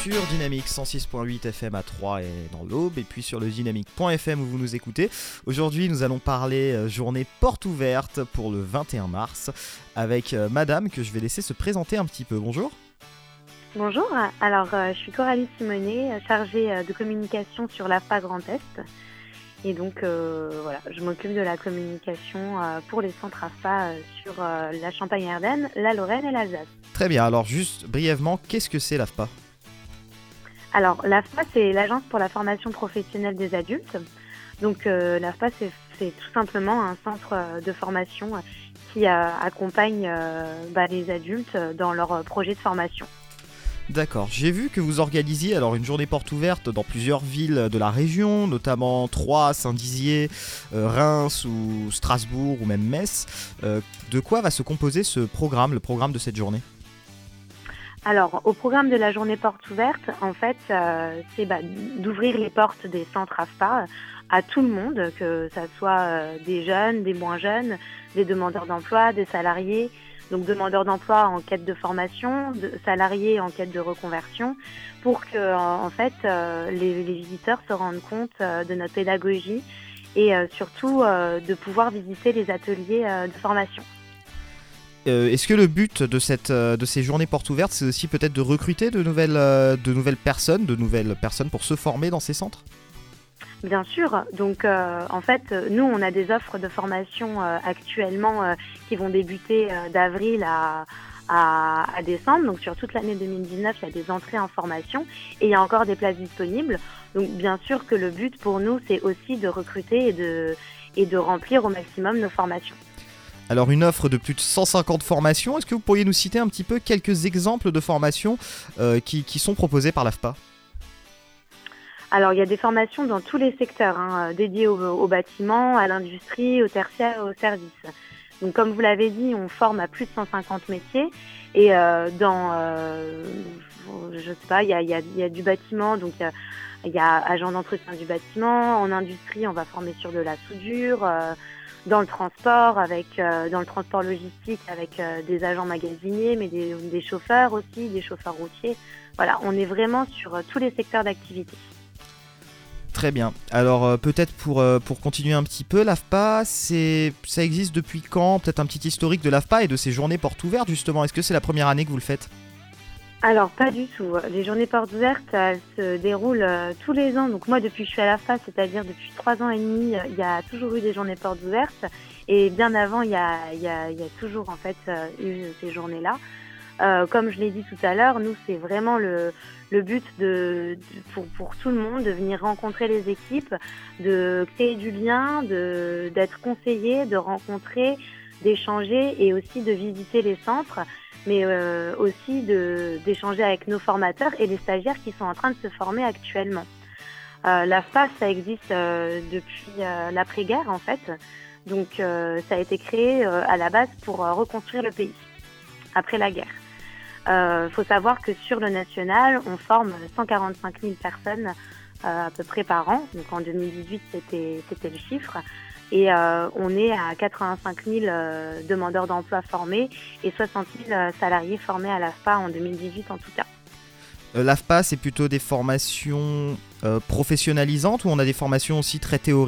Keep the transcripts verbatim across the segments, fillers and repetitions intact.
sur Dynamique cent six virgule huit F M à Troyes et dans l'Aube, et puis sur le dynamique point F M où vous nous écoutez. Aujourd'hui, nous allons parler euh, journée porte ouverte pour le vingt et un mars avec euh, madame que je vais laisser se présenter un petit peu. Bonjour. Bonjour, alors euh, je suis Coralie Simonet, chargée euh, de communication sur l'A F P A Grand Est. Et donc euh, voilà, je m'occupe de la communication euh, pour les centres A F P A euh, sur euh, la Champagne-Ardenne, la Lorraine et l'Alsace. Très bien, alors juste brièvement, qu'est-ce que c'est l'A F P A ? Alors l'A F P A, c'est l'Agence pour la formation professionnelle des adultes. Donc euh, l'A F P A, c'est, c'est tout simplement un centre euh, de formation qui euh, accompagne euh, bah, les adultes dans leurs projets de formation. D'accord, j'ai vu que vous organisiez alors une journée porte ouverte dans plusieurs villes de la région, notamment Troyes, Saint-Dizier, euh, Reims ou Strasbourg ou même Metz. Euh, de quoi va se composer ce programme, le programme de cette journée ? Alors, au programme de la journée porte ouverte, en fait, euh, c'est bah, d'ouvrir les portes des centres A F P A à tout le monde, que ça soit euh, des jeunes, des moins jeunes, des demandeurs d'emploi, des salariés. Donc demandeurs d'emploi en quête de formation, de salariés en quête de reconversion, pour que en fait euh, les, les visiteurs se rendent compte euh, de notre pédagogie et euh, surtout euh, de pouvoir visiter les ateliers euh, de formation. Euh, est-ce que le but de, cette, euh, de ces journées portes ouvertes, c'est aussi peut-être de recruter de nouvelles, euh, de nouvelles personnes, de nouvelles personnes pour se former dans ces centres ? Bien sûr, donc euh, en fait, nous on a des offres de formation euh, actuellement euh, qui vont débuter euh, d'avril à, à, à décembre, donc sur toute l'année deux mille dix-neuf, il y a des entrées en formation et il y a encore des places disponibles. Donc bien sûr que le but pour nous, c'est aussi de recruter et de, et de remplir au maximum nos formations. Alors une offre de plus de cent cinquante formations, est-ce que vous pourriez nous citer un petit peu quelques exemples de formations euh, qui, qui sont proposées par l'A F P A ? Alors, il y a des formations dans tous les secteurs, hein, dédiées au, au bâtiment, à l'industrie, au tertiaire, au service. Donc, comme vous l'avez dit, on forme à plus de cent cinquante métiers. Et euh, dans, euh, je sais pas, il y a, il y a, il y a du bâtiment, donc il y a, il y a agent d'entretien du bâtiment. En industrie, on va former sur de la soudure. Euh, dans le transport, avec euh, dans le transport logistique, avec euh, des agents magasiniers, mais des, des chauffeurs aussi, des chauffeurs routiers. Voilà, on est vraiment sur euh, tous les secteurs d'activité. Très bien. Alors euh, peut-être pour, euh, pour continuer un petit peu, l'A F P A, c'est, ça existe depuis quand ? Peut-être un petit historique de l'A F P A et de ces journées portes ouvertes justement. Est-ce que c'est la première année que vous le faites ? Alors pas du tout. Les journées portes ouvertes, elles se déroulent euh, tous les ans. Donc moi depuis que je suis à l'A F P A, c'est-à-dire depuis trois ans et demi, il y a toujours eu des journées portes ouvertes. Et bien avant, il y a, il y a, il y a toujours en fait euh, eu ces journées-là. Euh, comme je l'ai dit tout à l'heure, nous c'est vraiment le, le but de, de, pour, pour tout le monde de venir rencontrer les équipes, de créer du lien, de, d'être conseillé, de rencontrer, d'échanger et aussi de visiter les centres, mais euh, aussi de, d'échanger avec nos formateurs et les stagiaires qui sont en train de se former actuellement. Euh, l'A F P A, ça existe euh, depuis euh, l'après-guerre en fait, donc euh, ça a été créé euh, à la base pour euh, reconstruire le pays après la guerre. Il euh, faut savoir que sur le national, on forme cent quarante-cinq mille personnes euh, à peu près par an. Donc en deux mille dix-huit, c'était, c'était le chiffre. Et euh, on est à quatre-vingt-cinq mille euh, demandeurs d'emploi formés et soixante mille euh, salariés formés à l'A F P A en deux mille dix-huit en tout cas. Euh, L'A F P A, c'est plutôt des formations euh, professionnalisantes ou on a des formations aussi très théoriques ?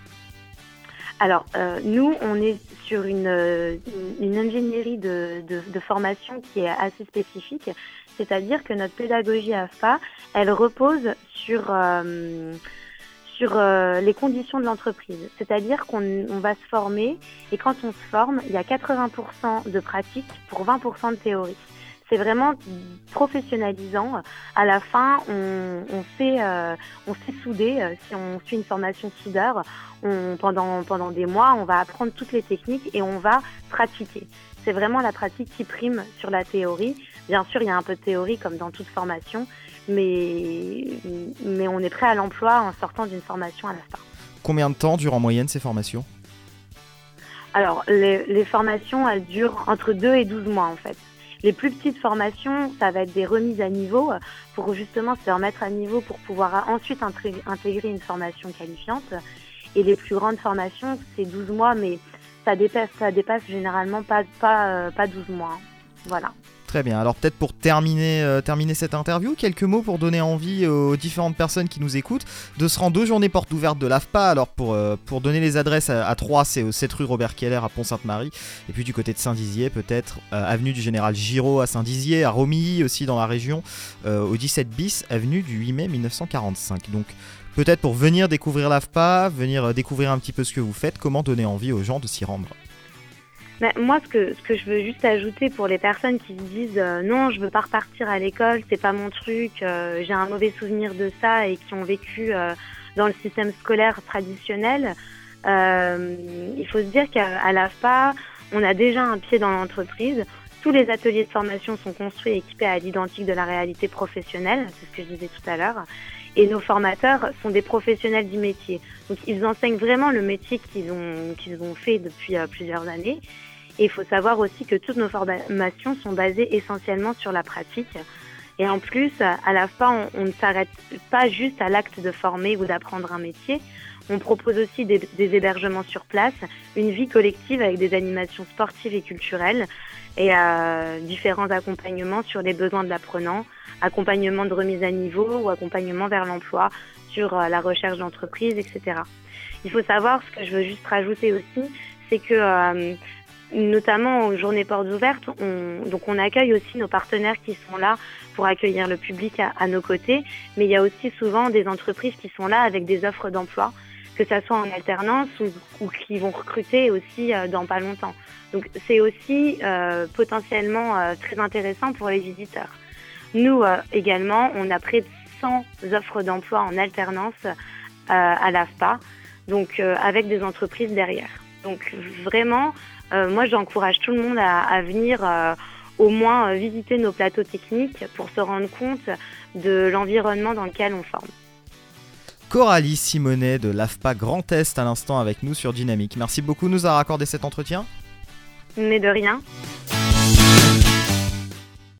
Alors, euh, nous, on est sur une, une, une ingénierie de, de, de formation qui est assez spécifique, c'est-à-dire que notre pédagogie A F P A, elle repose sur, euh, sur euh, les conditions de l'entreprise. C'est-à-dire qu'on on va se former et quand on se forme, il y a quatre-vingts pour cent de pratique pour vingt pour cent de théorie. C'est vraiment professionnalisant. À la fin, on, on sait, euh, on sait souder. Si on suit une formation soudeur, on, pendant, pendant des mois, on va apprendre toutes les techniques et on va pratiquer. C'est vraiment la pratique qui prime sur la théorie. Bien sûr, il y a un peu de théorie comme dans toute formation, mais, mais on est prêt à l'emploi en sortant d'une formation à la fin. Combien de temps durent en moyenne ces formations ? Alors, les, les formations, elles durent entre deux et douze mois en fait. Les plus petites formations, ça va être des remises à niveau pour justement se remettre à niveau pour pouvoir ensuite intégrer une formation qualifiante. Et les plus grandes formations, c'est douze mois, mais ça dépasse, ça dépasse généralement pas, pas, pas douze mois. Voilà. Très bien, alors peut-être pour terminer, euh, terminer cette interview, quelques mots pour donner envie aux différentes personnes qui nous écoutent de se rendre aux journées portes ouvertes de l'A F P A. Alors pour, euh, pour donner les adresses à, à Troyes, c'est au sept rue Robert Keller à Pont-Sainte-Marie, et puis du côté de Saint-Dizier peut-être, euh, avenue du Général Giraud à Saint-Dizier, à Romilly aussi dans la région, euh, au dix-sept bis, avenue du huit mai mille neuf cent quarante-cinq. Donc peut-être pour venir découvrir l'A F P A, venir euh, découvrir un petit peu ce que vous faites, comment donner envie aux gens de s'y rendre? Ben, moi, ce que, ce que je veux juste ajouter pour les personnes qui se disent euh, non, je veux pas repartir à l'école, c'est pas mon truc, euh, j'ai un mauvais souvenir de ça et qui ont vécu euh, dans le système scolaire traditionnel, euh, il faut se dire qu'à l'A F P A, on a déjà un pied dans l'entreprise. Tous les ateliers de formation sont construits et équipés à l'identique de la réalité professionnelle, c'est ce que je disais tout à l'heure. Et nos formateurs sont des professionnels du métier. Donc ils enseignent vraiment le métier qu'ils ont, qu'ils ont fait depuis euh, plusieurs années. Et il faut savoir aussi que toutes nos formations sont basées essentiellement sur la pratique. Et en plus, à l'A F P A, on, on ne s'arrête pas juste à l'acte de former ou d'apprendre un métier. On propose aussi des, des hébergements sur place, une vie collective avec des animations sportives et culturelles et euh, différents accompagnements sur les besoins de l'apprenant, accompagnement de remise à niveau ou accompagnement vers l'emploi sur euh, la recherche d'entreprise, et cetera. Il faut savoir, ce que je veux juste rajouter aussi, c'est que euh, notamment aux journées portes ouvertes, on, donc on accueille aussi nos partenaires qui sont là pour accueillir le public à, à nos côtés, mais il y a aussi souvent des entreprises qui sont là avec des offres d'emploi, que ça soit en alternance ou, ou qui vont recruter aussi euh, dans pas longtemps. Donc c'est aussi euh, potentiellement euh, très intéressant pour les visiteurs. Nous euh, également, on a près de cent offres d'emploi en alternance euh, à l'A F P A, donc euh, avec des entreprises derrière. Donc vraiment, euh, moi j'encourage tout le monde à, à venir euh, au moins euh, visiter nos plateaux techniques pour se rendre compte de l'environnement dans lequel on forme. Coralie Simonet de l'A F P A Grand Est à l'instant avec nous sur Dynamique. Merci beaucoup de nous avoir accordé cet entretien. Mais de rien.